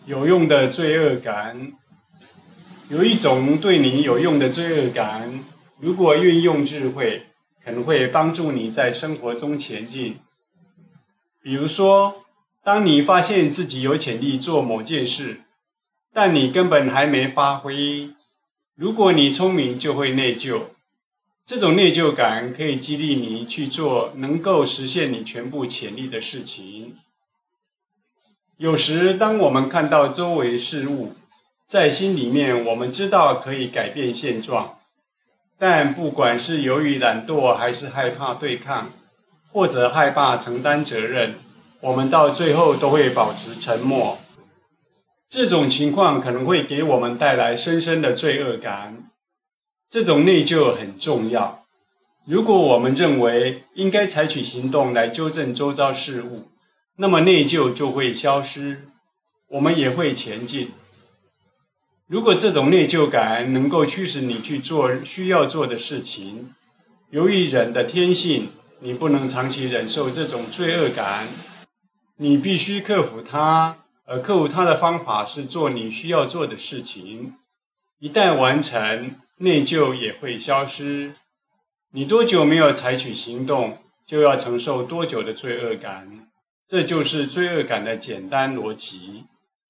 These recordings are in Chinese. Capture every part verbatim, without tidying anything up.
有用的罪恶感，有一种对你有用的罪恶感，如果运用智慧，可能会帮助你在生活中前进。比如说，当你发现自己有潜力做某件事，但你根本还没发挥，如果你聪明就会内疚。这种内疚感可以激励你去做能够实现你全部潜力的事情。有时当我们看到周围事物，在心里面我们知道可以改变现状，但不管是由于懒惰还是害怕对抗，或者害怕承担责任，我们到最后都会保持沉默。这种情况可能会给我们带来深深的罪恶感。这种内疚很重要。如果我们认为应该采取行动来纠正周遭事物，那么内疚就会消失，我们也会前进。如果这种内疚感能够驱使你去做需要做的事情，由于人的天性，你不能长期忍受这种罪恶感，你必须克服它，而克服它的方法是做你需要做的事情。一旦完成，内疚也会消失。你多久没有采取行动，就要承受多久的罪恶感。这就是罪恶感的简单逻辑。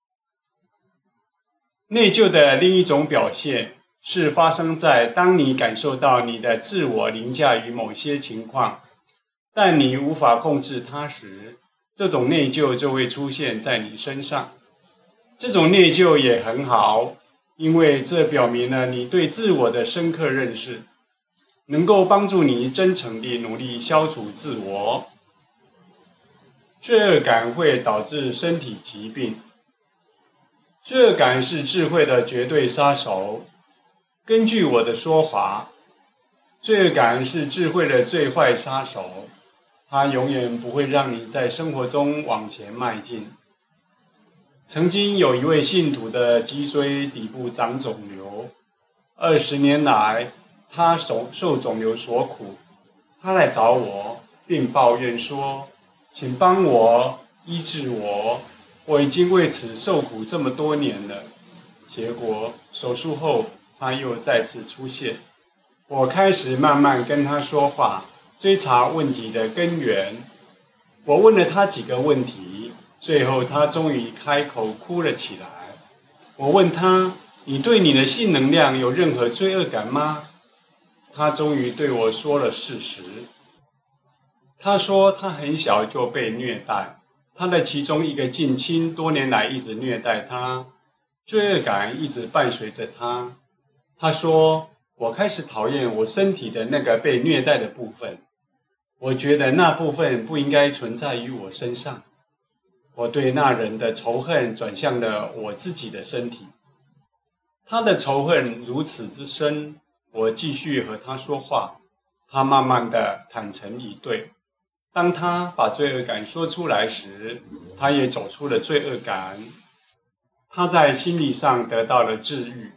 内疚的另一种表现是发生在当你感受到你的自我凌驾于某些情况，但你无法控制它时，这种内疚就会出现在你身上。这种内疚也很好，因为这表明了你对自我的深刻认识，能够帮助你真诚地努力消除自我。罪恶感会导致身体疾病。罪恶感是智慧的绝对杀手。根据我的说法，罪恶感是智慧的最坏杀手，它永远不会让你在生活中往前迈进。曾经有一位信徒的脊椎底部长肿瘤，二十年来他受肿瘤所苦，他来找我，并抱怨说：“请帮我医治我，我已经为此受苦这么多年了。”结果手术后，他又再次出现。我开始慢慢跟他说话，追查问题的根源。我问了他几个问题，最后他终于开口哭了起来。我问他：“你对你的性能量有任何罪恶感吗？”他终于对我说了事实。他说他很小就被虐待，他的其中一个近亲多年来一直虐待他，罪恶感一直伴随着他。他说：“我开始讨厌我身体的那个被虐待的部分，我觉得那部分不应该存在于我身上。我对那人的仇恨转向了我自己的身体。”他的仇恨如此之深，我继续和他说话，他慢慢的坦诚以对。当他把罪恶感说出来时，他也走出了罪恶感。他在心理上得到了治愈。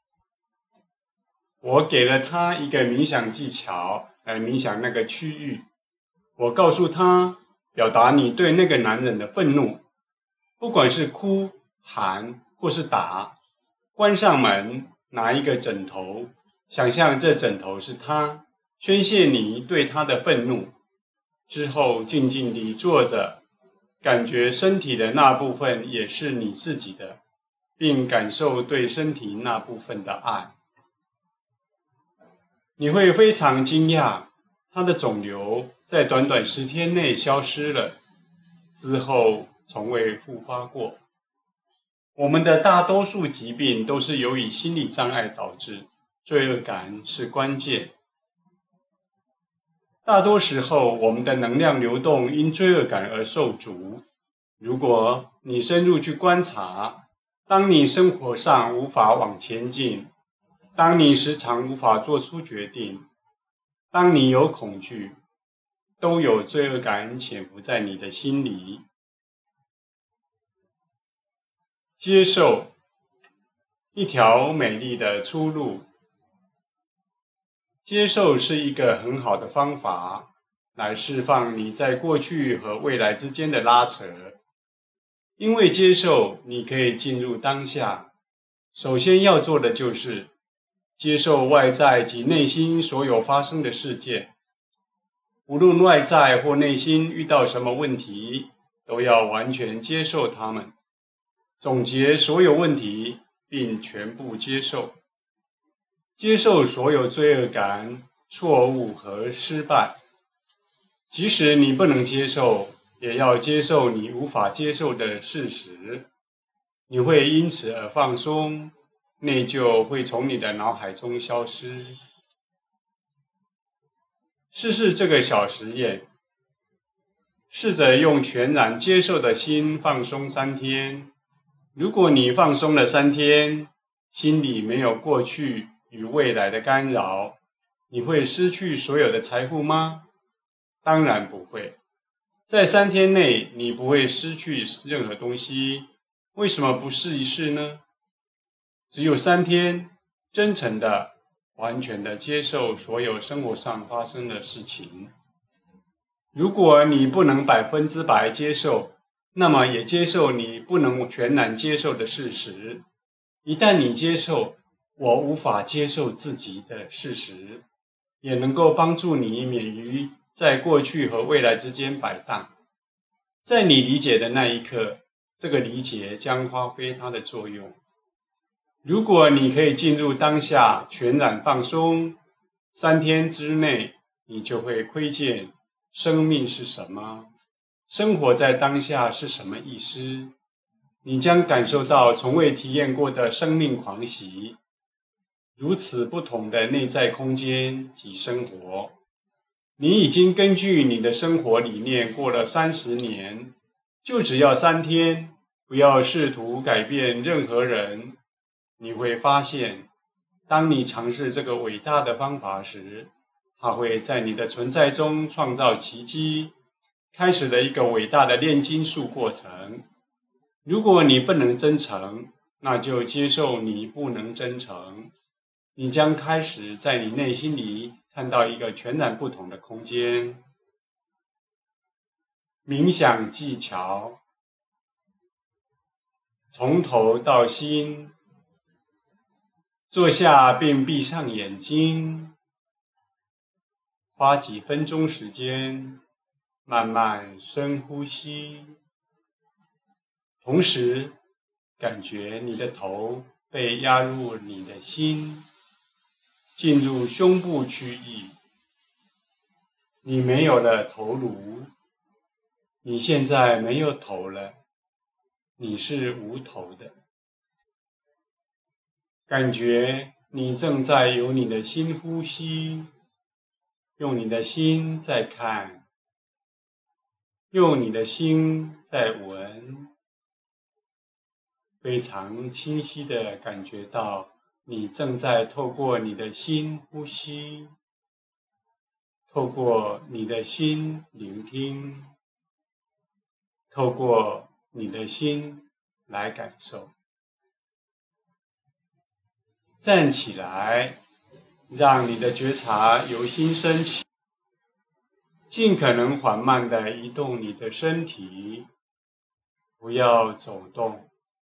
我给了他一个冥想技巧来冥想那个区域。我告诉他，表达你对那个男人的愤怒，不管是哭、喊或是打。关上门，拿一个枕头，想象这枕头是他，宣泄你对他的愤怒。之后静静地坐着，感觉身体的那部分也是你自己的，并感受对身体那部分的爱。你会非常惊讶，他的肿瘤在短短十天内消失了，之后从未复发过。我们的大多数疾病都是由于心理障碍导致，罪恶感是关键。大多时候，我们的能量流动因罪恶感而受阻。如果你深入去观察，当你生活上无法往前进，当你时常无法做出决定，当你有恐惧，都有罪恶感潜伏在你的心里。接受，一条美丽的出路。接受是一个很好的方法，来释放你在过去和未来之间的拉扯。 因为接受，你可以进入当下。首先要做的就是接受外在及内心所有发生的事件，无论外在或内心遇到什么问题，都要完全接受它们，总结所有问题，并全部接受。接受所有罪恶感、错误和失败。即使你不能接受，也要接受你无法接受的事实。你会因此而放松，内疚会从你的脑海中消失。试试这个小实验，试着用全然接受的心放松三天。如果你放松了三天，心里没有过去与未来的干扰，你会失去所有的财富吗？当然不会。在三天内，你不会失去任何东西。为什么不试一试呢？只有三天，真诚的、完全的接受所有生活上发生的事情。如果你不能百分之百接受，那么也接受你不能全然接受的事实。一旦你接受我无法接受自己的事实，也能够帮助你免于在过去和未来之间摆荡。在你理解的那一刻，这个理解将发挥它的作用。如果你可以进入当下，全然放松，三天之内，你就会窥见生命是什么，生活在当下是什么意思。你将感受到从未体验过的生命狂喜，如此不同的内在空间及生活。你已经根据你的生活理念过了三十年，就只要三天，不要试图改变任何人。你会发现，当你尝试这个伟大的方法时，它会在你的存在中创造奇迹，开始了一个伟大的炼金术过程。如果你不能真诚，那就接受你不能真诚。你将开始在你内心里看到一个全然不同的空间。冥想技巧，从头到心，坐下并闭上眼睛，花几分钟时间，慢慢深呼吸，同时感觉你的头被压入你的心，进入胸部区域。你没有了头颅，你现在没有头了，你是无头的。感觉你正在由你的心呼吸，用你的心在看，用你的心在闻，非常清晰地感觉到你正在透过你的心呼吸，透过你的心聆听，透过你的心来感受。站起来，让你的觉察由心升起，尽可能缓慢地移动你的身体，不要走动，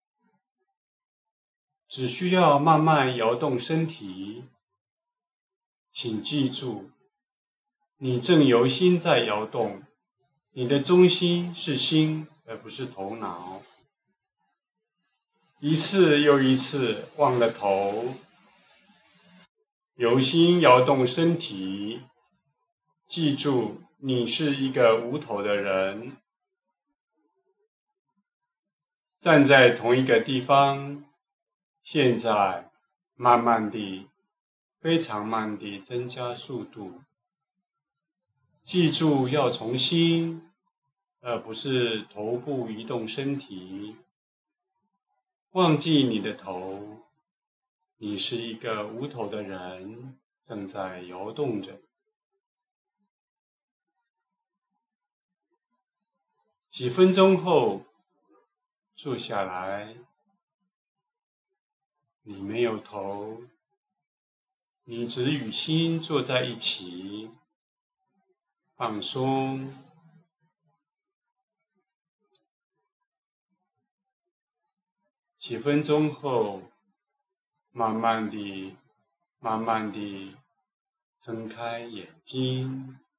只需要慢慢摇动身体。请记住，你正由心在摇动，你的中心是心，而不是头脑。一次又一次忘了头，由心摇动身体。记住，你是一个无头的人，站在同一个地方。现在慢慢地，非常慢地增加速度。记住要从心，而不是头部移动身体。忘记你的头，你是一个无头的人，正在摇动着。几分钟后，坐下来。你没有头，你只与心坐在一起，放松。 几分钟后，慢慢地、慢慢地睁开眼睛。